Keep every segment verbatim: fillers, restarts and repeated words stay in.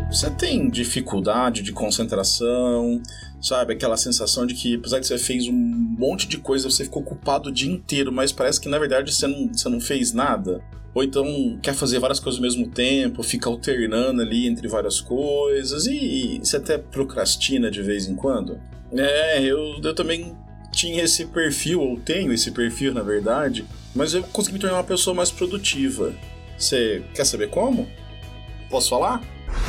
Você tem dificuldade de concentração, sabe? Aquela sensação de que, apesar que você fez um monte de coisa, você ficou ocupado o dia inteiro, mas parece que, na verdade, você não, você não fez nada. Ou então quer fazer várias coisas ao mesmo tempo, fica alternando ali entre várias coisas, e, e você até procrastina de vez em quando. É, eu, eu também tinha esse perfil, ou tenho esse perfil, na verdade, mas eu consegui me tornar uma pessoa mais produtiva. Você quer saber como? Posso falar?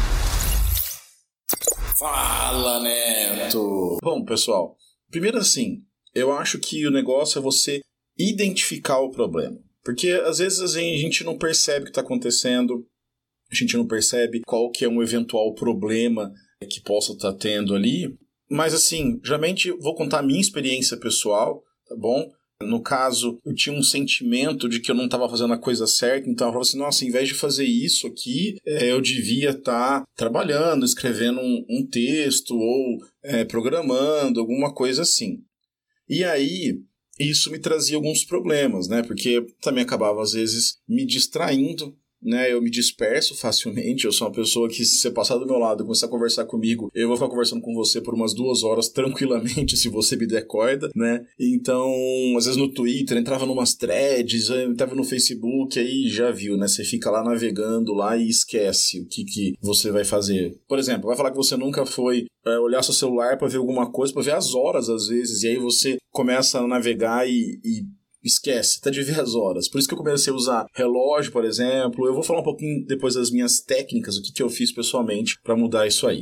Fala, Neto! Bom, pessoal, primeiro assim, eu acho que o negócio é você identificar o problema. Porque às vezes a gente não percebe o que está acontecendo, a gente não percebe qual que é um eventual problema que possa estar tendo ali. Mas assim, geralmente vou contar a minha experiência pessoal, tá bom? No caso, eu tinha um sentimento de que eu não estava fazendo a coisa certa, então eu falava assim, nossa, em vez de fazer isso aqui, é, eu devia estar tá trabalhando, escrevendo um, um texto ou é, programando, alguma coisa assim. E aí, isso me trazia alguns problemas, né? Porque também acabava, às vezes, me distraindo, né? Eu me disperso facilmente, eu sou uma pessoa que, se você passar do meu lado e começar a conversar comigo, eu vou ficar conversando com você por umas duas horas tranquilamente, se você me der corda, né? Então, às vezes no Twitter, entrava numas threads, entrava no Facebook, aí já viu, né? Você fica lá navegando lá e esquece o que, que você vai fazer. Por exemplo, vai falar que você nunca foi é, olhar seu celular para ver alguma coisa, para ver as horas às vezes, e aí você começa a navegar e... e esquece, até de ver as horas. Por isso que eu comecei a usar relógio, por exemplo. Eu vou falar um pouquinho depois das minhas técnicas, o que, que eu fiz pessoalmente para mudar isso aí.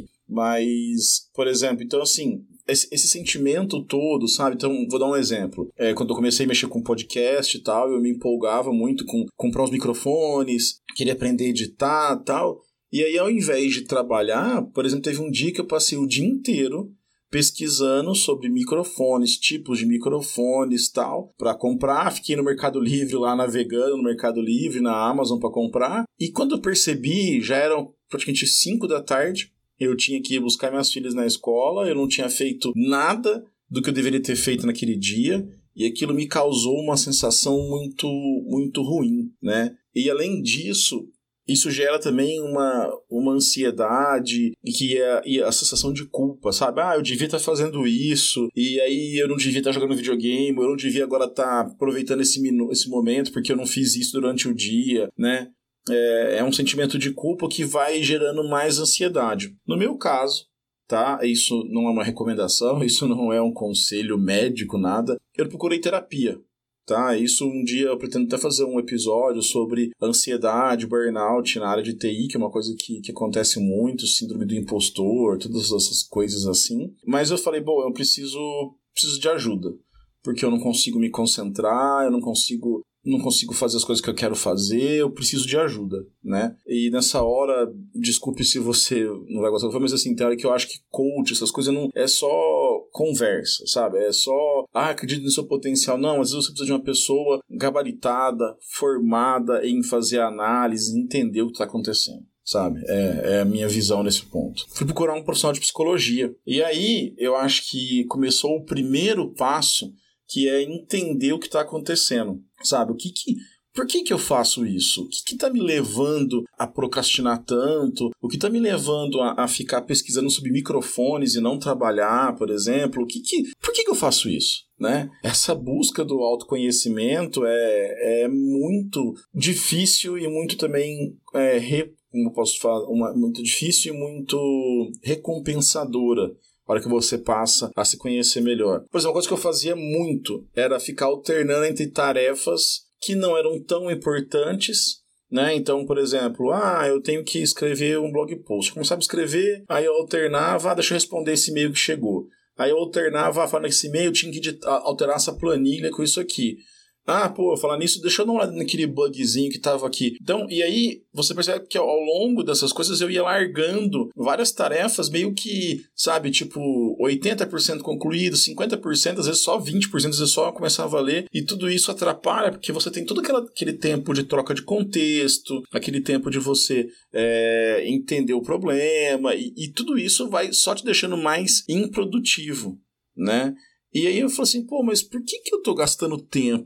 Mas, por exemplo, então assim, esse, esse sentimento todo, sabe? Então, vou dar um exemplo. É, quando eu comecei a mexer com podcast e tal, eu me empolgava muito com comprar os microfones, queria aprender a editar e tal. E aí, ao invés de trabalhar, por exemplo, teve um dia que eu passei o dia inteiro pesquisando sobre microfones, tipos de microfones e tal, para comprar. Fiquei no Mercado Livre lá, navegando no Mercado Livre, na Amazon para comprar. E quando eu percebi, já eram praticamente cinco da tarde, eu tinha que ir buscar minhas filhas na escola, eu não tinha feito nada do que eu deveria ter feito naquele dia, e aquilo me causou uma sensação muito, muito ruim, né? E além disso, isso gera também uma, uma ansiedade e, que é, e a sensação de culpa, sabe? Ah, eu devia estar fazendo isso, e aí eu não devia estar jogando videogame, eu não devia agora estar aproveitando esse, minu- esse momento porque eu não fiz isso durante o dia, né? É, é um sentimento de culpa que vai gerando mais ansiedade. No meu caso, tá? Isso não é uma recomendação, isso não é um conselho médico, nada. Eu procurei terapia. Tá, isso um dia eu pretendo até fazer um episódio sobre ansiedade, burnout na área de T I, que é uma coisa que, que acontece muito, síndrome do impostor, todas essas coisas assim. Mas eu falei, bom, eu preciso, preciso de ajuda, porque eu não consigo me concentrar, eu não consigo, não consigo fazer as coisas que eu quero fazer, eu preciso de ajuda, né? E nessa hora, desculpe se você não vai gostar, mas assim, tem hora que eu acho que coach, essas coisas não é só conversa, sabe? É só, ah, acredito no seu potencial. Não, às vezes você precisa de uma pessoa gabaritada, formada em fazer análise, entender o que está acontecendo, sabe? É, é a minha visão nesse ponto. Fui procurar um profissional de psicologia. E aí, eu acho que começou o primeiro passo, que é entender o que está acontecendo, sabe? O que que... Por que que eu faço isso? O que está me levando a procrastinar tanto? O que está me levando a, a ficar pesquisando sobre microfones e não trabalhar, por exemplo? O que que, por que que eu faço isso? Né? Essa busca do autoconhecimento é, é muito difícil e muito também, é, re, como posso falar, uma, muito difícil e muito recompensadora. A hora que você passa a se conhecer melhor. Por exemplo, uma coisa que eu fazia muito era ficar alternando entre tarefas que não eram tão importantes, né? Então, por exemplo, ah, eu tenho que escrever um blog post. Eu começava a escrever, aí eu alternava, ah, deixa eu responder esse e-mail que chegou. Aí eu alternava, ah, falando nesse e-mail, eu tinha que editar, alterar essa planilha com isso aqui. Ah, pô, falar nisso, deixa eu dar uma olhada naquele bugzinho que tava aqui. Então, e aí, você percebe que ao longo dessas coisas eu ia largando várias tarefas meio que, sabe, tipo, oitenta por cento concluído, cinquenta por cento, às vezes só vinte por cento, às vezes só começar a valer. E tudo isso atrapalha, porque você tem todo aquela, aquele tempo de troca de contexto, aquele tempo de você é, entender o problema, e, e tudo isso vai só te deixando mais improdutivo, né? E aí eu falo assim, pô, mas por que que eu tô gastando tempo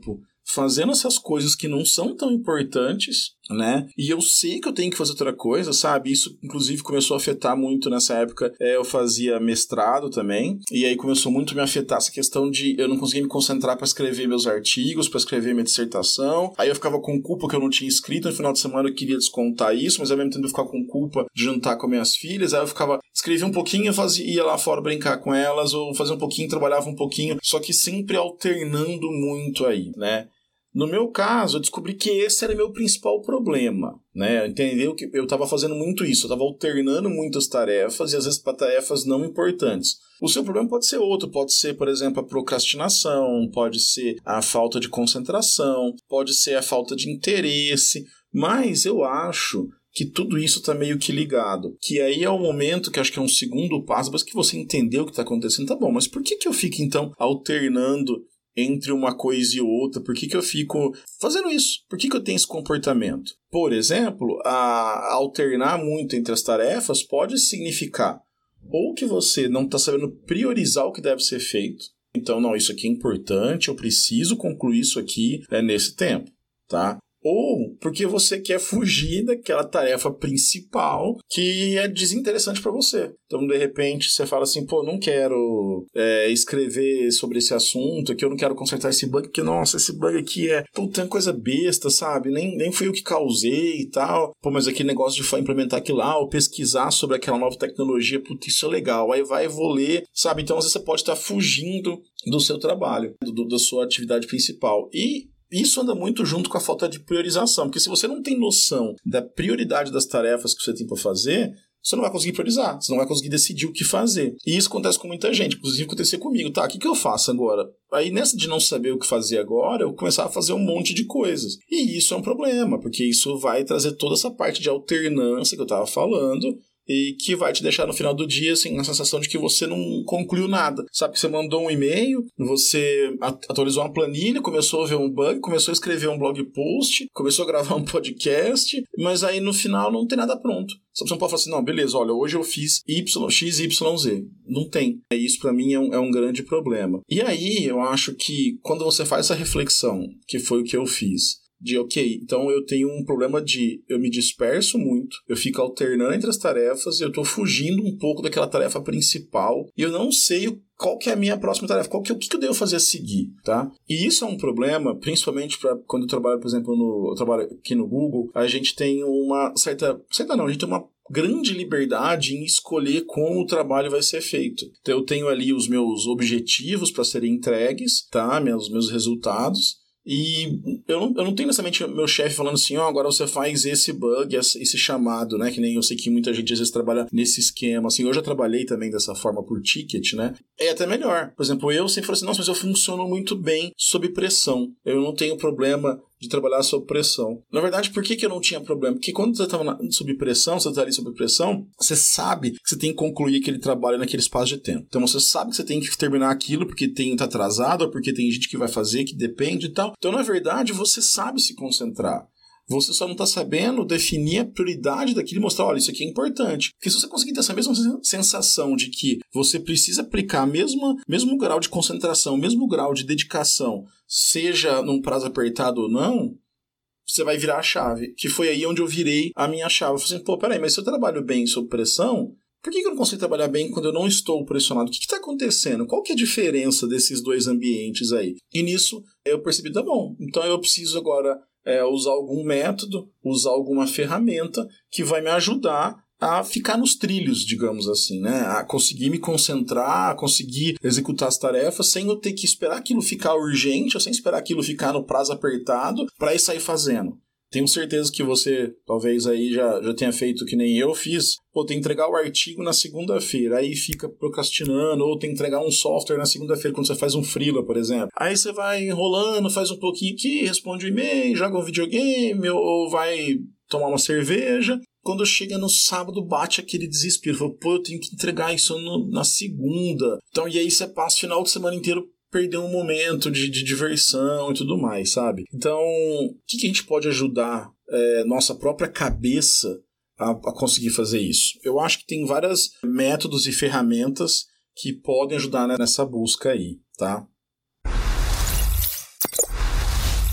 fazendo essas coisas que não são tão importantes, né? E eu sei que eu tenho que fazer outra coisa, sabe? Isso, inclusive, começou a afetar muito nessa época. É, eu fazia mestrado também, e aí começou muito a me afetar essa questão de eu não conseguia me concentrar para escrever meus artigos, para escrever minha dissertação. Aí eu ficava com culpa que eu não tinha escrito. No final de semana eu queria descontar isso, mas ao mesmo tempo eu ficava com culpa de jantar com minhas filhas. Aí eu ficava, escrevia um pouquinho, fazia, ia lá fora brincar com elas, ou fazia um pouquinho, trabalhava um pouquinho, só que sempre alternando muito aí, né? No meu caso, eu descobri que esse era o meu principal problema, né? Entendeu que eu estava fazendo muito isso, eu estava alternando muitas tarefas e às vezes para tarefas não importantes. O seu problema pode ser outro, pode ser, por exemplo, a procrastinação, pode ser a falta de concentração, pode ser a falta de interesse, mas eu acho que tudo isso está meio que ligado. Que aí é o momento que acho que é um segundo passo, mas que você entendeu o que está acontecendo, tá bom, mas por que que eu fico então alternando entre uma coisa e outra? Por que que eu fico fazendo isso? Por que que eu tenho esse comportamento? Por exemplo, a alternar muito entre as tarefas pode significar ou que você não está sabendo priorizar o que deve ser feito. Então, não, isso aqui é importante, eu preciso concluir isso aqui é, nesse tempo, tá? Ou porque você quer fugir daquela tarefa principal que é desinteressante para você. Então, de repente, você fala assim, pô, não quero é, escrever sobre esse assunto aqui, eu não quero consertar esse bug, porque, nossa, esse bug aqui é, puta, coisa besta, sabe? Nem, nem fui eu que causei e tal. Pô, mas aquele negócio de implementar aquilo lá, ou pesquisar sobre aquela nova tecnologia, puta, isso é legal. Aí vai, vou ler, sabe? Então, às vezes você pode estar fugindo do seu trabalho, do, da sua atividade principal. E isso anda muito junto com a falta de priorização, porque se você não tem noção da prioridade das tarefas que você tem para fazer, você não vai conseguir priorizar, você não vai conseguir decidir o que fazer. E isso acontece com muita gente, inclusive aconteceu comigo. Tá, o que, que eu faço agora? Aí nessa de não saber o que fazer agora, eu começava a fazer um monte de coisas. E isso é um problema, porque isso vai trazer toda essa parte de alternância que eu estava falando, e que vai te deixar no final do dia assim, a sensação de que você não concluiu nada. Sabe que você mandou um e-mail, você atualizou uma planilha, começou a ver um bug, começou a escrever um blog post, começou a gravar um podcast, mas aí no final não tem nada pronto. Você não pode falar assim, não, beleza, olha, hoje eu fiz Y, X, Y, Z. Não tem. Isso pra mim é um, é um grande problema. E aí eu acho que quando você faz essa reflexão, que foi o que eu fiz, de, ok, então eu tenho um problema de eu me disperso muito, eu fico alternando entre as tarefas, eu tô fugindo um pouco daquela tarefa principal e eu não sei qual que é a minha próxima tarefa, qual que, o que eu devo fazer a seguir, tá? E isso é um problema, principalmente para quando eu trabalho, por exemplo, no, eu trabalho aqui no Google, a gente tem uma certa, certa não, a gente tem uma grande liberdade em escolher como o trabalho vai ser feito. Então eu tenho ali os meus objetivos para serem entregues, tá? Meus, meus resultados. E eu não, eu não tenho necessariamente meu chefe falando assim, ó, oh, agora você faz esse bug, esse chamado, né, que nem eu sei que muita gente às vezes trabalha nesse esquema, assim, eu já trabalhei também dessa forma por ticket, né, é até melhor. Por exemplo, eu sempre falo assim, nossa, mas eu funciono muito bem sob pressão, eu não tenho problema de trabalhar sob pressão. Na verdade, por que que eu não tinha problema? Porque quando você estava sob pressão, você está ali sob pressão, você sabe que você tem que concluir aquele trabalho naquele espaço de tempo. Então você sabe que você tem que terminar aquilo porque tem tá atrasado, ou porque tem gente que vai fazer, que depende e tal. Então, na verdade, você sabe se concentrar. Você só não está sabendo definir a prioridade daquilo e mostrar, olha, isso aqui é importante. Porque se você conseguir ter essa mesma sensação de que você precisa aplicar mesmo mesmo grau de concentração, mesmo grau de dedicação, seja num prazo apertado ou não, você vai virar a chave. Que foi aí onde eu virei a minha chave. Eu falei assim, pô, peraí, mas se eu trabalho bem sob pressão, por que eu não consigo trabalhar bem quando eu não estou pressionado? O que está acontecendo? Qual que é a diferença desses dois ambientes aí? E nisso eu percebi, tá bom, então eu preciso agora É, usar algum método, usar alguma ferramenta que vai me ajudar a ficar nos trilhos, digamos assim, né? A conseguir me concentrar, a conseguir executar as tarefas sem eu ter que esperar aquilo ficar urgente ou sem esperar aquilo ficar no prazo apertado para ir sair fazendo. Tenho certeza que você, talvez aí já, já tenha feito que nem eu fiz. Pô, tem que entregar o artigo na segunda-feira, aí fica procrastinando, ou tem que entregar um software na segunda-feira quando você faz um freela, por exemplo. Aí você vai enrolando, faz um pouquinho aqui, responde o e-mail, joga um videogame, ou vai tomar uma cerveja. Quando chega no sábado, bate aquele desespero. Fala, pô, eu tenho que entregar isso no, na segunda. Então, e aí você passa o final de semana inteiro perder um momento de, de diversão e tudo mais, sabe? Então, o que, que a gente pode ajudar é, nossa própria cabeça a, a conseguir fazer isso? Eu acho que tem vários métodos e ferramentas que podem ajudar nessa busca aí, tá?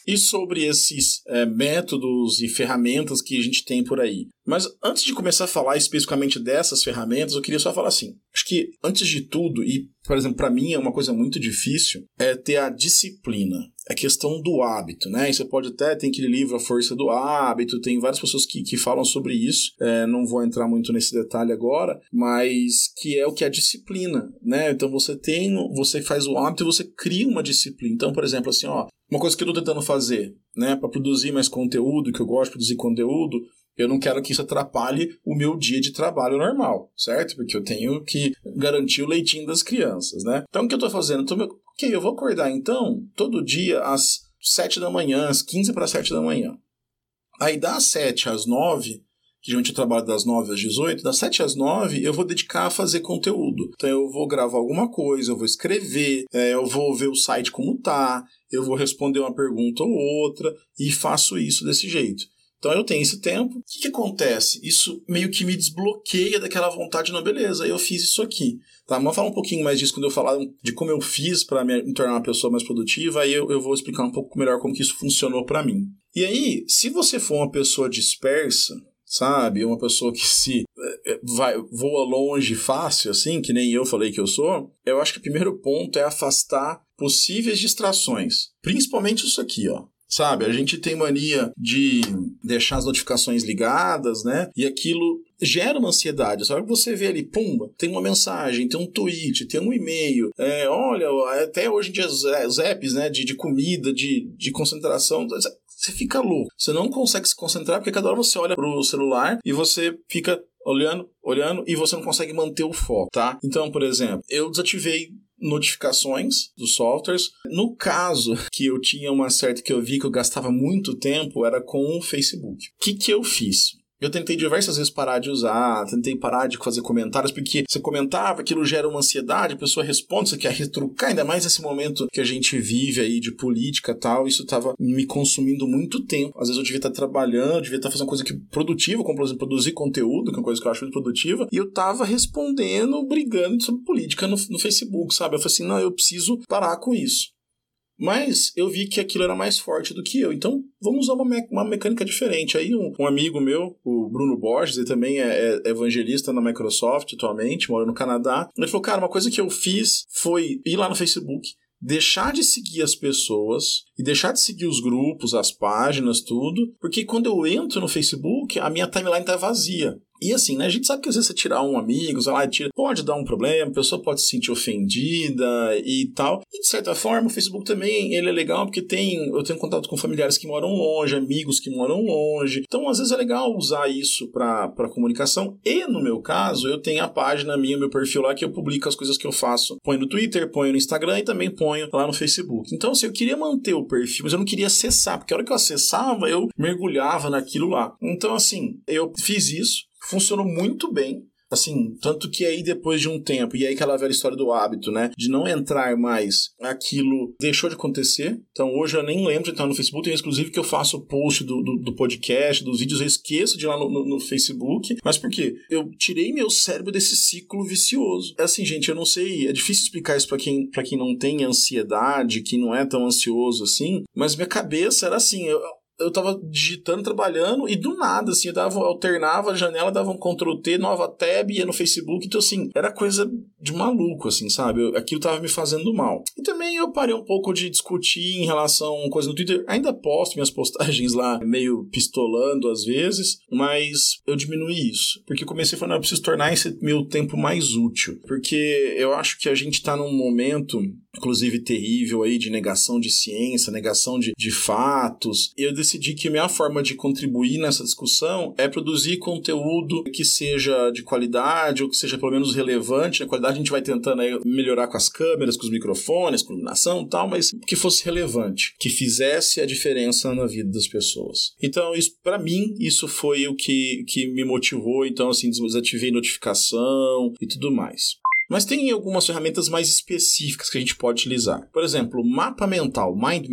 e sobre esses é, métodos e ferramentas que a gente tem por aí. Mas antes de começar a falar especificamente dessas ferramentas, eu queria só falar assim, acho que antes de tudo, e por exemplo, para mim é uma coisa muito difícil, é ter a disciplina. A questão do hábito, né? E você pode até, tem aquele livro A Força do Hábito, tem várias pessoas que, que falam sobre isso, é, não vou entrar muito nesse detalhe agora, mas que é o que é a disciplina, né? Então você tem, você faz o hábito e você cria uma disciplina. Então, por exemplo, assim, ó, uma coisa que eu tô tentando fazer, né, para produzir mais conteúdo, que eu gosto de produzir conteúdo, eu não quero que isso atrapalhe o meu dia de trabalho normal, certo? Porque eu tenho que garantir o leitinho das crianças, né? Então, o que eu tô fazendo? Tô, ok, eu vou acordar, então, todo dia às sete da manhã, às quinze para sete da manhã. Aí, das sete às nove, que geralmente eu trabalho das nove às dezoito, das sete às nove eu vou dedicar a fazer conteúdo. Então, eu vou gravar alguma coisa, eu vou escrever, é, eu vou ver o site como tá, eu vou responder uma pergunta ou outra, e faço isso desse jeito. Então eu tenho esse tempo. O que, que acontece? Isso meio que me desbloqueia daquela vontade, não, beleza, eu fiz isso aqui. Tá? Vamos falar um pouquinho mais disso quando eu falar de como eu fiz para me, me tornar uma pessoa mais produtiva, aí eu, eu vou explicar um pouco melhor como que isso funcionou para mim. E aí, se você for uma pessoa dispersa, sabe, uma pessoa que se vai, voa longe fácil, assim, que nem eu falei que eu sou, eu acho que o primeiro ponto é afastar possíveis distrações. Principalmente isso aqui, ó. Sabe, a gente tem mania de deixar as notificações ligadas, né? E aquilo gera uma ansiedade. Só que você vê ali, pumba, tem uma mensagem, tem um tweet, tem um e-mail. É, olha, até hoje em dia os apps, né, de, de comida, de, de concentração, você fica louco. Você não consegue se concentrar porque cada hora você olha pro celular e você fica olhando, olhando e você não consegue manter o foco, tá? Então, por exemplo, eu desativei notificações dos softwares. No caso que eu tinha uma certa que eu vi que eu gastava muito tempo, era com o Facebook. O que que eu fiz? Eu tentei diversas vezes parar de usar, tentei parar de fazer comentários, porque você comentava, aquilo gera uma ansiedade, a pessoa responde, você quer retrucar, ainda mais nesse momento que a gente vive aí de política e tal, isso estava me consumindo muito tempo. Às vezes eu devia estar trabalhando, devia estar fazendo coisa que, produtiva, como por exemplo produzir conteúdo, que é uma coisa que eu acho muito produtiva, e eu estava respondendo, brigando sobre política no, no Facebook, sabe? Eu falei assim, não, eu preciso parar com isso. Mas eu vi que aquilo era mais forte do que eu. Então, vamos usar uma, me- uma mecânica diferente. Aí um, um amigo meu, o Bruno Borges, ele também é, é evangelista na Microsoft atualmente, mora no Canadá. Ele falou, cara, uma coisa que eu fiz foi ir lá no Facebook, deixar de seguir as pessoas e deixar de seguir os grupos, as páginas, tudo, porque quando eu entro no Facebook, a minha timeline tá vazia. E assim, né, a gente sabe que às vezes você tirar um amigo, sei lá, tira, pode dar um problema, a pessoa pode se sentir ofendida e tal. E de certa forma, o Facebook também, ele é legal porque tem, eu tenho contato com familiares que moram longe, amigos que moram longe. Então, às vezes é legal usar isso para para comunicação. E no meu caso, eu tenho a página minha, meu perfil lá, que eu publico as coisas que eu faço. Ponho no Twitter, ponho no Instagram e também ponho lá no Facebook. Então, assim, eu queria manter o perfil, mas eu não queria acessar, porque a hora que eu acessava, eu mergulhava naquilo lá. Então, assim, eu fiz isso. Funcionou muito bem, assim, tanto que aí depois de um tempo, e aí aquela velha história do hábito, né, de não entrar mais, aquilo deixou de acontecer. Então hoje eu nem lembro de entrar no Facebook, tem inclusive que eu faço post do, do, do podcast, dos vídeos, eu esqueço de ir lá no, no, no Facebook, mas por quê? Eu tirei meu cérebro desse ciclo vicioso. É assim, gente, eu não sei, é difícil explicar isso pra quem, pra quem não tem ansiedade, que não é tão ansioso assim, mas minha cabeça era assim, eu eu tava digitando, trabalhando, e do nada, assim, eu dava, alternava a janela, dava um control T, nova tab, ia no Facebook, então, assim, era coisa de maluco, assim, sabe? Eu, aquilo tava me fazendo mal. E também eu parei um pouco de discutir em relação a coisa no Twitter, ainda posto minhas postagens lá, meio pistolando às vezes, mas eu diminuí isso, porque comecei a falar, não, eu preciso tornar esse meu tempo mais útil, porque eu acho que a gente tá num momento, inclusive terrível aí, de negação de ciência, negação de, de fatos, e eu decidi que a minha forma de contribuir nessa discussão é produzir conteúdo que seja de qualidade ou que seja pelo menos relevante. Na qualidade a gente vai tentando aí melhorar com as câmeras, com os microfones, com iluminação e tal, mas que fosse relevante, que fizesse a diferença na vida das pessoas. Então, isso, para mim, isso foi o que, que me motivou. Então, assim, desativei notificação e tudo mais. Mas tem algumas ferramentas mais específicas que a gente pode utilizar. Por exemplo, mapa mental, mind map.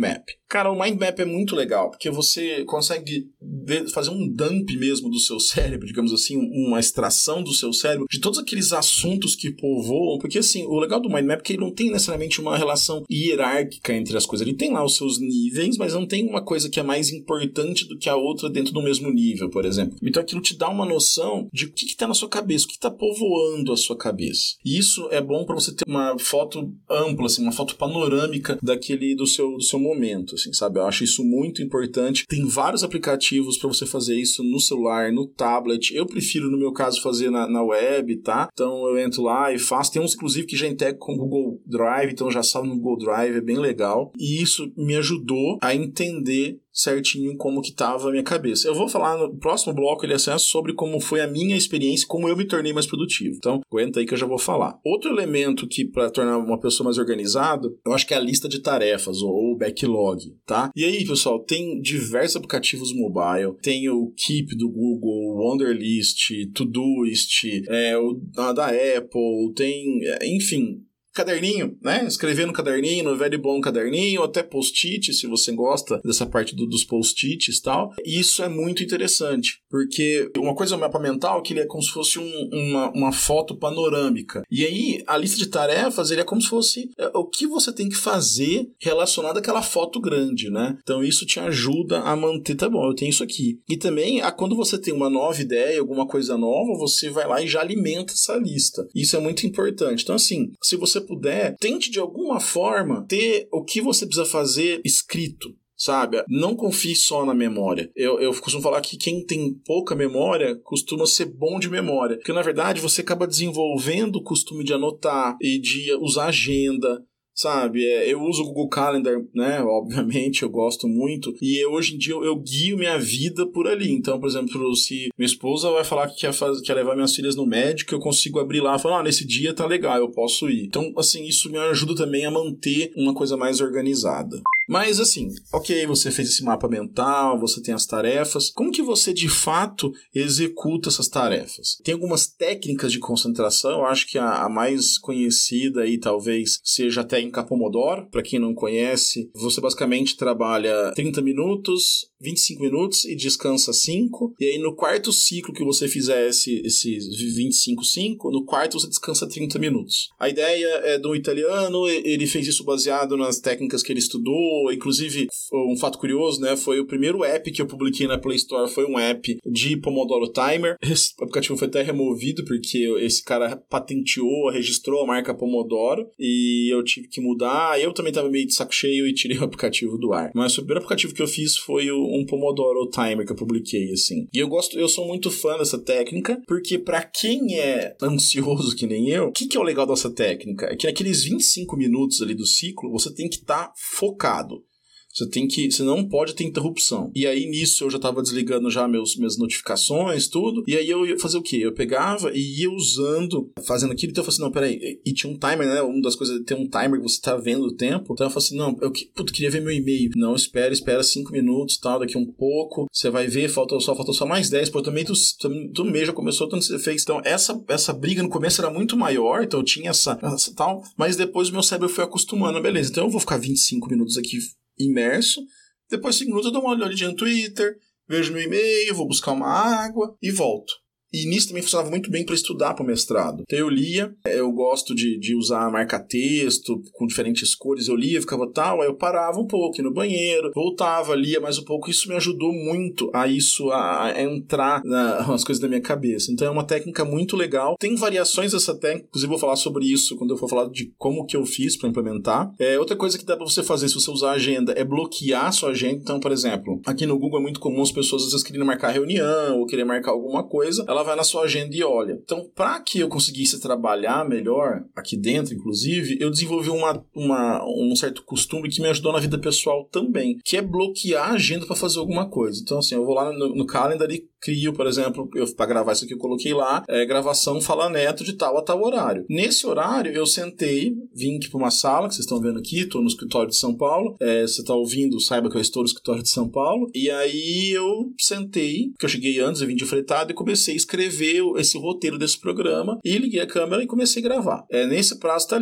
Cara, o mind map é muito legal, porque você consegue ver, fazer um dump mesmo do seu cérebro, digamos assim, uma extração do seu cérebro, de todos aqueles assuntos que povoam, porque assim, o legal do mind map é que ele não tem necessariamente uma relação hierárquica entre as coisas, ele tem lá os seus níveis, mas não tem uma coisa que é mais importante do que a outra dentro do mesmo nível, por exemplo. Então aquilo te dá uma noção de o que está na sua cabeça, o que está povoando a sua cabeça. E isso é bom para você ter uma foto ampla, assim, uma foto panorâmica daquele, do seu, do seu momento. Assim, sabe? Eu acho isso muito importante. Tem vários aplicativos para você fazer isso no celular, no tablet. Eu prefiro, no meu caso, fazer na, na web, tá? Então eu entro lá e faço. Tem uns, inclusive, que já integram com o Google Drive, então já salvo no Google Drive, é bem legal. E isso me ajudou a entender certinho como que estava a minha cabeça. Eu vou falar no próximo bloco, ele é sobre como foi a minha experiência, como eu me tornei mais produtivo. Então, aguenta aí que eu já vou falar. Outro elemento que, para tornar uma pessoa mais organizada, eu acho que é a lista de tarefas, ou o backlog, tá? E aí, pessoal, tem diversos aplicativos mobile, tem o Keep do Google, o Wunderlist, Todoist, é, o da, da Apple, tem, enfim... caderninho, né? Escrever no caderninho, no velho e bom caderninho, até post-it, se você gosta dessa parte do, dos post-its e tal. E isso é muito interessante, porque uma coisa é o mapa mental, que ele é como se fosse um, uma, uma foto panorâmica. E aí, a lista de tarefas, ele é como se fosse é, o que você tem que fazer relacionado àquela foto grande, né? Então, isso te ajuda a manter, tá bom, eu tenho isso aqui. E também, a, quando você tem uma nova ideia, alguma coisa nova, você vai lá e já alimenta essa lista. Isso é muito importante. Então, assim, se você puder, tente de alguma forma ter o que você precisa fazer escrito, sabe? Não confie só na memória. Eu, eu costumo falar que quem tem pouca memória costuma ser bom de memória, porque na verdade você acaba desenvolvendo o costume de anotar e de usar agenda, sabe? Eu uso o Google Calendar, né? Obviamente, eu gosto muito. E eu, hoje em dia eu, eu guio minha vida por ali. Então, por exemplo, se minha esposa vai falar que quer, faz, quer levar minhas filhas no médico, eu consigo abrir lá e falar, ah, nesse dia tá legal, eu posso ir. Então, assim, isso me ajuda também a manter uma coisa mais organizada. Mas assim, ok, você fez esse mapa mental, você tem as tarefas. Como que você, de fato, executa essas tarefas? Tem algumas técnicas de concentração, eu acho que a, a mais conhecida aí talvez seja a técnica Pomodoro. Para quem não conhece, você basicamente trabalha trinta minutos, vinte e cinco minutos e descansa cinco. E aí no quarto ciclo que você fizer esse, esse vinte e cinco, cinco, no quarto você descansa trinta minutos. A ideia é do italiano, ele fez isso baseado nas técnicas que ele estudou. Inclusive, um fato curioso, né? Foi o primeiro app que eu publiquei na Play Store, foi um app de Pomodoro Timer. Esse aplicativo foi até removido porque esse cara patenteou, registrou a marca Pomodoro e eu tive que mudar. Eu também tava meio de saco cheio e tirei o aplicativo do ar. Mas o primeiro aplicativo que eu fiz foi um Pomodoro Timer que eu publiquei, assim. E eu gosto, eu sou muito fã dessa técnica, porque pra quem é ansioso que nem eu, o que, que é o legal dessa técnica? É que naqueles vinte e cinco minutos ali do ciclo, você tem que estar tá focado. Você tem que, você não pode ter interrupção. E aí, nisso, eu já tava desligando já meus, minhas notificações, tudo. E aí, eu ia fazer o quê? Eu pegava e ia usando, fazendo aquilo. Então, eu falei assim, não, peraí. E tinha um timer, né? Uma das coisas é ter um timer que você tá vendo o tempo. Então, eu falei assim, não, eu puto, queria ver meu e-mail. Não, espera, espera cinco minutos, tal, daqui um pouco. Você vai ver, faltou só, faltou só mais dez. Pô, também tu, tu, tu mês já começou, tanto você fez. Então, essa, essa briga no começo era muito maior. Então, eu tinha essa, essa tal. Mas depois o meu cérebro foi acostumando. Beleza, então eu vou ficar vinte e cinco minutos aqui imerso, depois de cinco minutos eu dou uma olhadinha no Twitter, vejo meu e-mail, vou buscar uma água e volto. E nisso também funcionava muito bem para estudar para o mestrado. Então eu lia, eu gosto de, de usar marca-texto com diferentes cores, eu lia, ficava tal, aí eu parava um pouco, ia no banheiro, voltava, lia mais um pouco. Isso me ajudou muito a isso, a, a entrar na, nas coisas da minha cabeça. Então é uma técnica muito legal. Tem variações dessa técnica, inclusive eu vou falar sobre isso quando eu for falar de como que eu fiz para implementar. É, outra coisa que dá para você fazer se você usar a agenda é bloquear a sua agenda. Então, por exemplo, aqui no Google é muito comum as pessoas às vezes querendo marcar reunião ou querer marcar alguma coisa, ela vai na sua agenda e olha. Então, para que eu conseguisse trabalhar melhor, aqui dentro, inclusive, eu desenvolvi uma, uma, um certo costume que me ajudou na vida pessoal também, que é bloquear a agenda para fazer alguma coisa. Então, assim, eu vou lá no, no Calendar e crio, por exemplo, para gravar isso aqui eu coloquei lá, é, gravação Fala Neto de tal a tal horário. Nesse horário, eu sentei, vim aqui para uma sala, que vocês estão vendo aqui, estou no escritório de São Paulo, é, você está ouvindo, saiba que eu estou no escritório de São Paulo, e aí eu sentei, porque eu cheguei antes, eu vim de fretado, e comecei a escrever esse roteiro desse programa, e liguei a câmera e comecei a gravar. É, nesse prazo tá ali.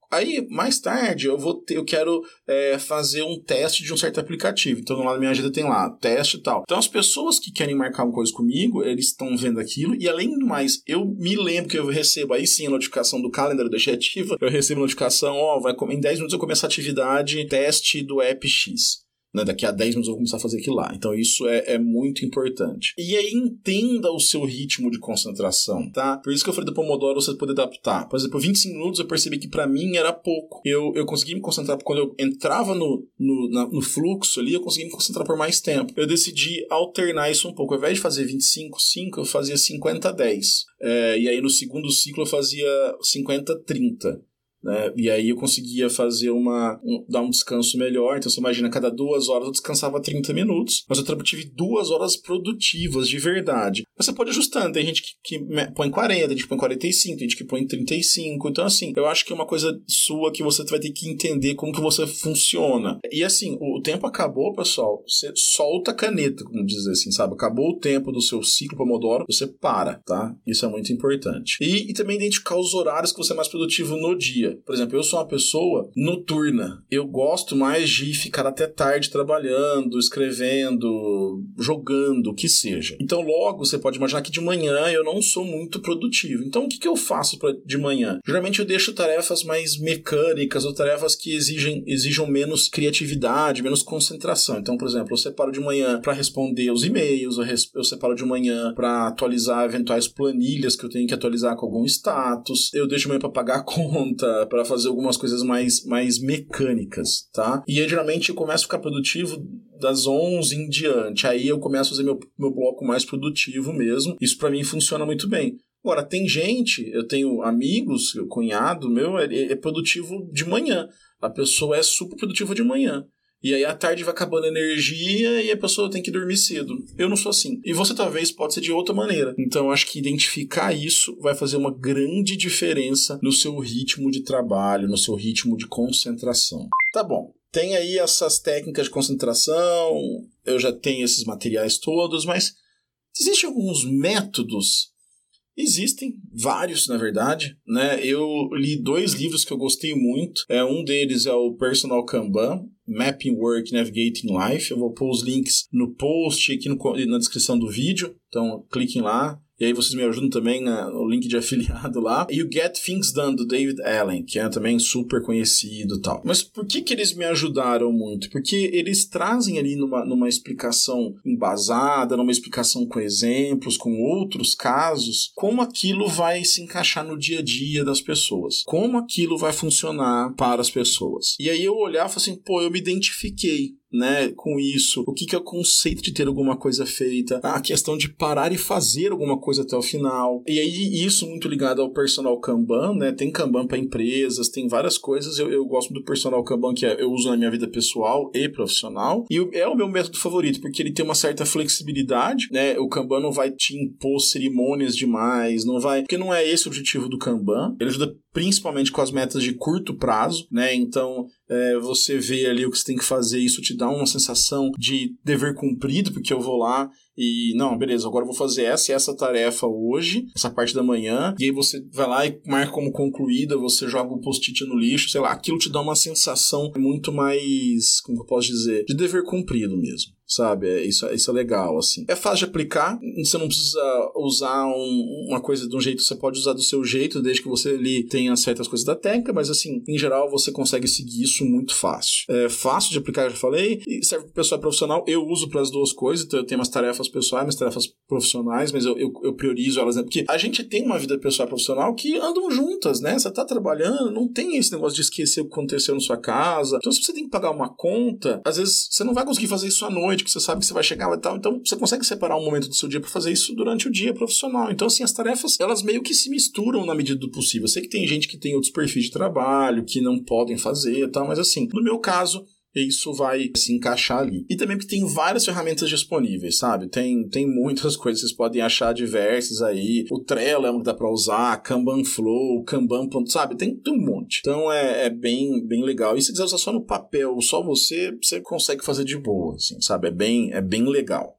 Aí, mais tarde, eu vou ter, eu quero é, fazer um teste de um certo aplicativo. Então, lá na minha agenda tem lá, teste e tal. Então, as pessoas que querem marcar uma coisa comigo, eles estão vendo aquilo. E, além do mais, eu me lembro que eu recebo aí sim a notificação do calendário, deixei ativa. Eu recebo a notificação, ó, vai, em dez minutos eu começo a atividade, teste do app X. Né, daqui a dez minutos eu vou começar a fazer aquilo lá. Então isso é, é muito importante. E aí entenda o seu ritmo de concentração, tá? Por isso que eu falei do Pomodoro você poder adaptar. Por exemplo, vinte e cinco minutos eu percebi que pra mim era pouco. Eu, eu consegui me concentrar, quando eu entrava no, no, na, no fluxo ali, eu conseguia me concentrar por mais tempo. Eu decidi alternar isso um pouco. Ao invés de fazer vinte e cinco, cinco, eu fazia cinquenta, dez. É, e aí no segundo ciclo eu fazia cinquenta, trinta. Né? E aí eu conseguia fazer uma um, dar um descanso melhor. Então você imagina, cada duas horas eu descansava trinta minutos, mas eu tive duas horas produtivas de verdade. Você pode ajustando, tem gente que, que põe quarenta, tem gente que põe quarenta e cinco, tem gente que põe trinta e cinco. Então assim, eu acho que é uma coisa sua que você vai ter que entender como que você funciona. E assim, o, o tempo acabou, pessoal, você solta a caneta, como dizer assim, sabe? Acabou o tempo do seu ciclo Pomodoro, você para, tá? Isso é muito importante. E, e também identificar os horários que você é mais produtivo no dia. Por exemplo, eu sou uma pessoa noturna. Eu gosto mais de ficar até tarde trabalhando, escrevendo, jogando, o que seja. Então, logo, você pode imaginar que de manhã eu não sou muito produtivo. Então, o que, que eu faço pra, de manhã? Geralmente eu deixo tarefas mais mecânicas ou tarefas que exigem, exijam menos criatividade, menos concentração. Então, por exemplo, eu separo de manhã para responder os e-mails, eu, res, eu separo de manhã para atualizar eventuais planilhas que eu tenho que atualizar com algum status. Eu deixo de manhã para pagar a conta, para fazer algumas coisas mais, mais mecânicas, tá? E aí, geralmente, eu começo a ficar produtivo das onze em diante. Aí eu começo a fazer meu, meu bloco mais produtivo mesmo. Isso para mim funciona muito bem. Agora, tem gente, eu tenho amigos, o cunhado meu, é, é produtivo de manhã. A pessoa é super produtiva de manhã. E aí à tarde vai acabando a energia e a pessoa tem que dormir cedo. Eu não sou assim. E você talvez pode ser de outra maneira. Então eu acho que identificar isso vai fazer uma grande diferença no seu ritmo de trabalho, no seu ritmo de concentração. Tá bom. Tem aí essas técnicas de concentração, eu já tenho esses materiais todos, mas existem alguns métodos. Existem vários, na verdade, né? Eu li dois livros que eu gostei muito. É, um deles é o Personal Kanban, Mapping Work, Navigating Life. Eu vou pôr os links no post aqui no, na descrição do vídeo. Então, cliquem lá. E aí vocês me ajudam também na, no link de afiliado lá. E o Get Things Done, do David Allen, que é também super conhecido e tal. Mas por que que eles me ajudaram muito? Porque eles trazem ali numa, numa explicação embasada, numa explicação com exemplos, com outros casos, como aquilo vai se encaixar no dia a dia das pessoas. Como aquilo vai funcionar para as pessoas. E aí eu olhava e falei assim, pô, eu me identifiquei, né, com isso. O que, que é o conceito de ter alguma coisa feita, a questão de parar e fazer alguma coisa até o final. E aí isso muito ligado ao Personal Kanban, né, tem Kanban para empresas, tem várias coisas. Eu, eu gosto do Personal Kanban, que eu uso na minha vida pessoal e profissional, e é o meu método favorito, porque ele tem uma certa flexibilidade, né, o Kanban não vai te impor cerimônias demais, não vai, porque não é esse o objetivo do Kanban. Ele ajuda principalmente com as metas de curto prazo, né, então é, você vê ali o que você tem que fazer, isso te dá uma sensação de dever cumprido, porque eu vou lá e, não, beleza, agora eu vou fazer essa e essa tarefa hoje, essa parte da manhã, e aí você vai lá e marca como concluída, você joga o post-it no lixo, sei lá, aquilo te dá uma sensação muito mais, como eu posso dizer, de dever cumprido mesmo. Sabe, é, isso, isso é legal, assim. É fácil de aplicar, você não precisa usar um, uma coisa de um jeito, você pode usar do seu jeito, desde que você ali tenha certas coisas da técnica, mas assim, em geral, você consegue seguir isso muito fácil. É fácil de aplicar, já falei, e serve para pessoa profissional, eu uso para as duas coisas, então eu tenho umas tarefas pessoais, umas tarefas profissionais, mas eu, eu, eu priorizo elas, né? Porque a gente tem uma vida pessoal e profissional que andam juntas, né? Você tá trabalhando, não tem esse negócio de esquecer o que aconteceu na sua casa, então se você tem que pagar uma conta, às vezes você não vai conseguir fazer isso à noite, que você sabe que você vai chegar e tal, então você consegue separar um momento do seu dia para fazer isso durante o dia profissional. Então, assim, as tarefas, elas meio que se misturam na medida do possível. Eu sei que tem gente que tem outros perfis de trabalho, que não podem fazer e tal, mas assim, no meu caso, isso vai se encaixar ali. E também porque tem várias ferramentas disponíveis, sabe? Tem, tem muitas coisas, vocês podem achar diversas aí. O Trello é um que dá pra usar, Kanban Flow, Kanban, sabe? Tem, tem um monte. Então é, é bem, bem legal. E se quiser usar só no papel, só você, você consegue fazer de boa, assim, sabe? É bem, é bem legal.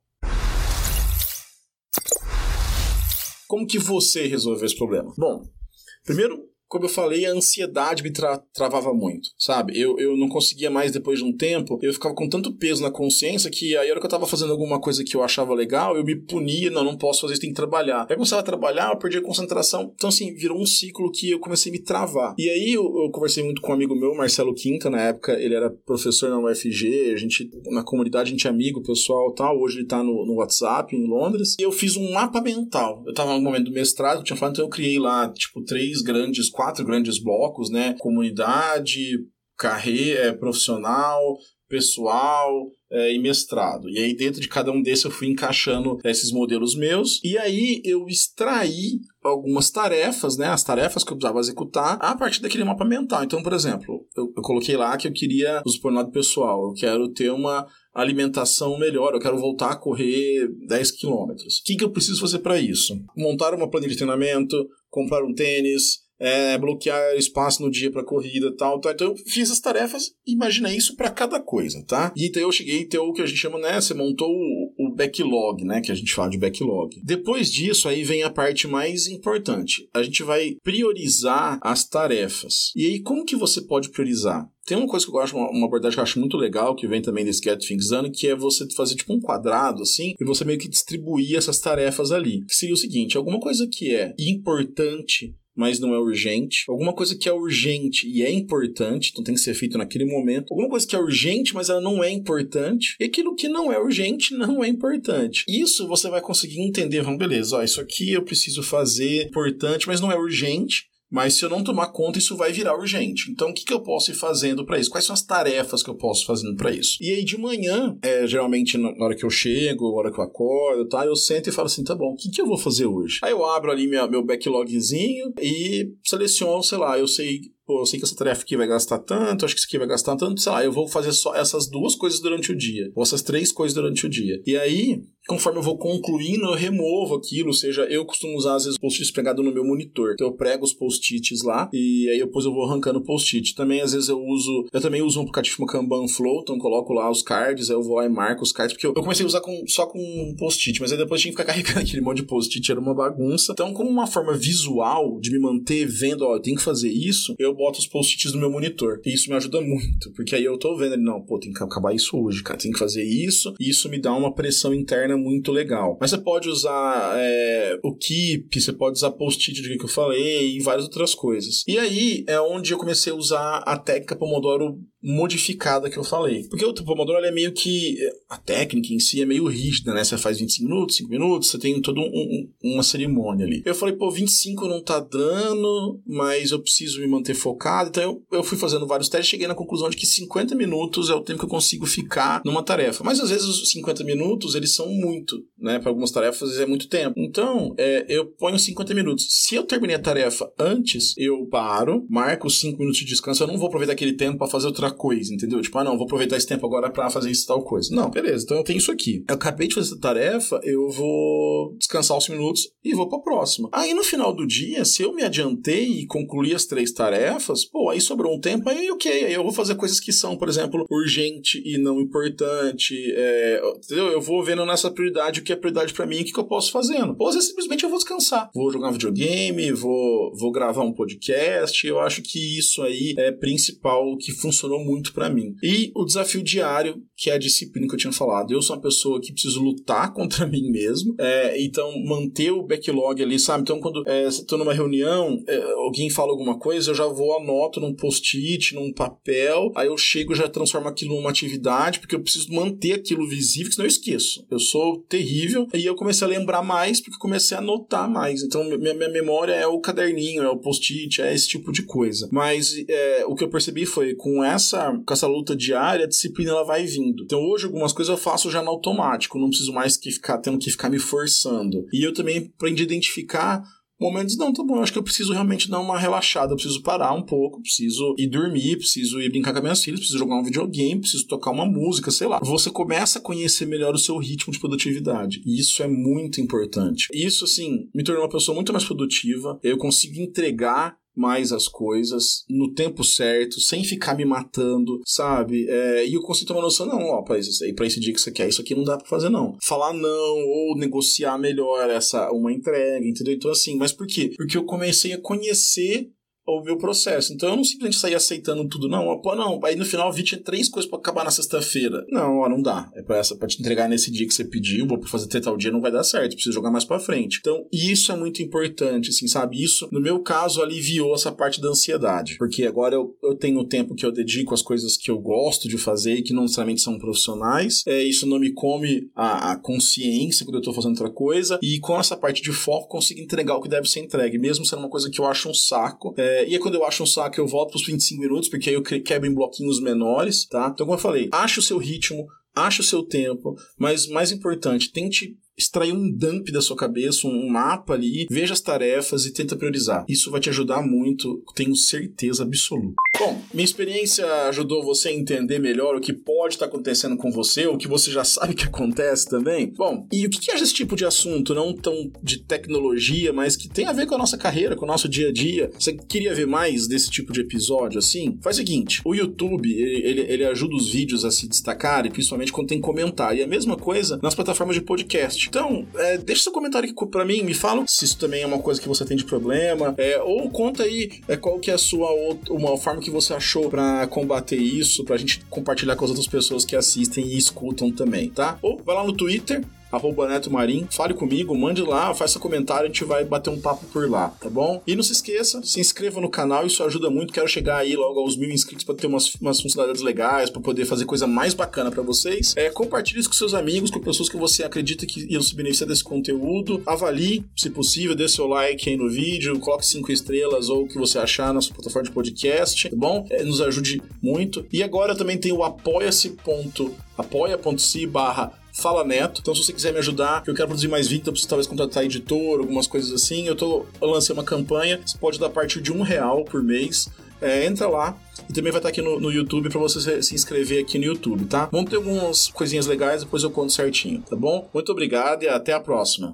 Como que você resolveu esse problema? Bom, primeiro, como eu falei, a ansiedade me tra- travava muito, sabe? Eu, eu não conseguia mais, depois de um tempo, eu ficava com tanto peso na consciência que aí a hora que eu tava fazendo alguma coisa que eu achava legal, eu me punia, não, não posso fazer isso, tem que trabalhar. Aí eu começava a trabalhar, eu perdia a concentração, então assim, virou um ciclo que eu comecei a me travar. E aí eu, eu conversei muito com um amigo meu, Marcelo Quinta, na época, ele era professor na U F G, a gente, na comunidade, a gente é amigo, pessoal, tal, hoje ele tá no, no WhatsApp, em Londres, e eu fiz um mapa mental. Eu tava no momento do mestrado, eu tinha falado, então eu criei lá, tipo, três grandes, quatro grandes blocos, né, comunidade, carreira, profissional, pessoal é, e mestrado. E aí dentro de cada um desses eu fui encaixando esses modelos meus, e aí eu extraí algumas tarefas, né, as tarefas que eu precisava executar a partir daquele mapa mental. Então, por exemplo, eu, eu coloquei lá que eu queria, por um lado pessoal, eu quero ter uma alimentação melhor, eu quero voltar a correr dez quilômetros. O que, que eu preciso fazer para isso? Montar uma planilha de treinamento, comprar um tênis, É, bloquear espaço no dia para corrida e tal, tal. Então eu fiz as tarefas e imaginei isso para cada coisa, tá? E então eu cheguei a ter o que a gente chama, né? Você montou o, o backlog, né? Que a gente fala de backlog. Depois disso, aí vem a parte mais importante. A gente vai priorizar as tarefas. E aí, como que você pode priorizar? Tem uma coisa que eu acho, uma, uma abordagem que eu acho muito legal, que vem também desse Get Things Done, que é você fazer tipo um quadrado, assim, e você meio que distribuir essas tarefas ali. Que seria o seguinte, alguma coisa que é importante, mas não é urgente. Alguma coisa que é urgente e é importante, então tem que ser feito naquele momento. Alguma coisa que é urgente, mas ela não é importante. E aquilo que não é urgente não é importante. Isso você vai conseguir entender, vamos, beleza, ó, isso aqui eu preciso fazer, importante, mas não é urgente. Mas se eu não tomar conta, isso vai virar urgente. Então, o que, que eu posso ir fazendo para isso? Quais são as tarefas que eu posso ir fazendo para isso? E aí, de manhã, é, geralmente na hora que eu chego, na hora que eu acordo, tá, eu sento e falo assim, tá bom, o que, que eu vou fazer hoje? Aí eu abro ali minha, meu backlogzinho e seleciono, sei lá, eu sei... Pô, eu sei que essa tarefa aqui vai gastar tanto, acho que isso aqui vai gastar tanto, sei lá, eu vou fazer só essas duas coisas durante o dia, ou essas três coisas durante o dia. E aí, conforme eu vou concluindo, eu removo aquilo, ou seja, eu costumo usar, às vezes, post-its pregados no meu monitor. Então, eu prego os post-its lá, e aí depois eu vou arrancando o post-it. Também, às vezes, eu uso, eu também uso um aplicativo Kanban Flow, então eu coloco lá os cards, aí eu vou lá e marco os cards, porque eu, eu comecei a usar com, só com post-it, mas aí depois tinha que ficar carregando aquele monte de post-it, era uma bagunça. Então, como uma forma visual de me manter vendo, ó, eu tenho que fazer isso, eu boto os post-its no meu monitor. E isso me ajuda muito, porque aí eu tô vendo ali, não, pô, tem que acabar isso hoje, cara, tem que fazer isso, e isso me dá uma pressão interna muito legal. Mas você pode usar é, o Keep, você pode usar post-it do que eu falei, e várias outras coisas. E aí é onde eu comecei a usar a técnica Pomodoro modificada que eu falei. Porque o Pomodoro é meio que... A técnica em si é meio rígida, né? Você faz vinte e cinco minutos, cinco minutos, você tem toda um, um, uma cerimônia ali. Eu falei, pô, vinte e cinco não tá dando, mas eu preciso me manter focado. Então eu, eu fui fazendo vários testes e cheguei na conclusão de que cinquenta minutos é o tempo que eu consigo ficar numa tarefa. Mas às vezes os cinquenta minutos, eles são muito, né? Para algumas tarefas é muito tempo. Então, é, eu ponho cinquenta minutos. Se eu terminei a tarefa antes, eu paro, marco os cinco minutos de descanso, eu não vou aproveitar aquele tempo para fazer outra coisa, entendeu? Tipo, ah, não, vou aproveitar esse tempo agora pra fazer isso tal coisa. Não, beleza, então eu tenho isso aqui. Eu acabei de fazer essa tarefa, eu vou descansar os minutos e vou pra próxima. Aí no final do dia, se eu me adiantei e concluí as três tarefas, pô, aí sobrou um tempo, aí ok, aí eu vou fazer coisas que são, por exemplo, urgente e não importante, é, entendeu? Eu vou vendo nessa prioridade o que é prioridade pra mim e o que, que eu posso fazendo. Ou às vezes simplesmente eu vou descansar. Vou jogar um videogame, vou, vou gravar um podcast, eu acho que isso aí é principal, que funcionou muito pra mim. E o desafio diário, que é a disciplina que eu tinha falado. Eu sou uma pessoa que preciso lutar contra mim mesmo, é, então manter o backlog ali, sabe? Então quando é, eu tô numa reunião, é, alguém fala alguma coisa, eu já vou, anoto num post-it, num papel, aí eu chego e já transformo aquilo numa atividade, porque eu preciso manter aquilo visível, senão eu esqueço. Eu sou terrível, e eu comecei a lembrar mais, porque comecei a anotar mais. Então minha, minha memória é o caderninho, é o post-it, é esse tipo de coisa. Mas é, o que eu percebi foi, com essa, com essa luta diária, a disciplina ela vai vindo. Então hoje algumas coisas eu faço já no automático, não preciso mais que ficar, tendo que ficar me forçando. E eu também aprendi a identificar momentos, não, tá bom, eu acho que eu preciso realmente dar uma relaxada, eu preciso parar um pouco, preciso ir dormir, preciso ir brincar com as minhas filhas, preciso jogar um videogame, preciso tocar uma música, sei lá. Você começa a conhecer melhor o seu ritmo de produtividade, e isso é muito importante. Isso, assim, me tornou uma pessoa muito mais produtiva, eu consigo entregar mais as coisas no tempo certo, sem ficar me matando, sabe? É, e eu consigo ter uma noção, não, ó, pra esse, pra esse dia que você quer, isso aqui não dá pra fazer, não. Falar não, ou negociar melhor essa, uma entrega, entendeu? Então, assim, mas por quê? Porque eu comecei a conhecer o meu processo. Então eu não simplesmente saí aceitando tudo, não, pô, não, aí no final vi tinha três coisas pra acabar na sexta-feira. Não, ó, não dá. É pra, essa, pra te entregar nesse dia que você pediu, vou fazer até tal dia, não vai dar certo, preciso jogar mais pra frente. Então isso é muito importante, assim, sabe? Isso, no meu caso, aliviou essa parte da ansiedade, porque agora eu, eu tenho o tempo que eu dedico às coisas que eu gosto de fazer e que não necessariamente são profissionais, é, isso não me come a, a consciência quando eu tô fazendo outra coisa, e com essa parte de foco consigo entregar o que deve ser entregue, mesmo sendo uma coisa que eu acho um saco, é, e aí quando eu acho um saco eu volto pros vinte e cinco minutos, porque aí eu quebro em bloquinhos menores, tá? Então como eu falei, ache o seu ritmo, ache o seu tempo, mas mais importante, tente extrair um dump da sua cabeça, um mapa ali, veja as tarefas e tenta priorizar. Isso vai te ajudar muito, tenho certeza absoluta. Bom, minha experiência ajudou você a entender melhor o que pode estar acontecendo com você, o que você já sabe que acontece também. Bom, e o que é esse tipo de assunto, não tão de tecnologia, mas que tem a ver com a nossa carreira, com o nosso dia a dia? Você queria ver mais desse tipo de episódio assim? Faz o seguinte, o YouTube, ele, ele, ele ajuda os vídeos a se destacarem, principalmente quando tem comentário. E a mesma coisa nas plataformas de podcast. Então, é, deixa seu comentário aqui pra mim, me fala se isso também é uma coisa que você tem de problema, é, ou conta aí é, qual que é a sua outra, uma forma que você achou pra combater isso, pra gente compartilhar com as outras pessoas que assistem e escutam também, tá? Ou vai lá no Twitter, arroba Neto Marim, fale comigo, mande lá, faça comentário, a gente vai bater um papo por lá, tá bom? E não se esqueça, se inscreva no canal, isso ajuda muito, quero chegar aí logo aos mil inscritos para ter umas, umas funcionalidades legais, para poder fazer coisa mais bacana para vocês. É, compartilhe isso com seus amigos, com pessoas que você acredita que iam se beneficiar desse conteúdo, avalie, se possível, dê seu like aí no vídeo, coloque cinco estrelas ou o que você achar na sua plataforma de podcast, tá bom? É, nos ajude muito. E agora também tem o apoia-se ponto apoia.se barra Fala Neto. Então se você quiser me ajudar, eu quero produzir mais vídeos, eu preciso talvez contratar editor, algumas coisas assim, eu, tô, eu lancei uma campanha, você pode dar a partir de um real por mês. É, entra lá e também vai estar aqui no, no YouTube para você se inscrever aqui no YouTube, tá? Vamos ter algumas coisinhas legais, depois eu conto certinho, tá bom? Muito obrigado e até a próxima.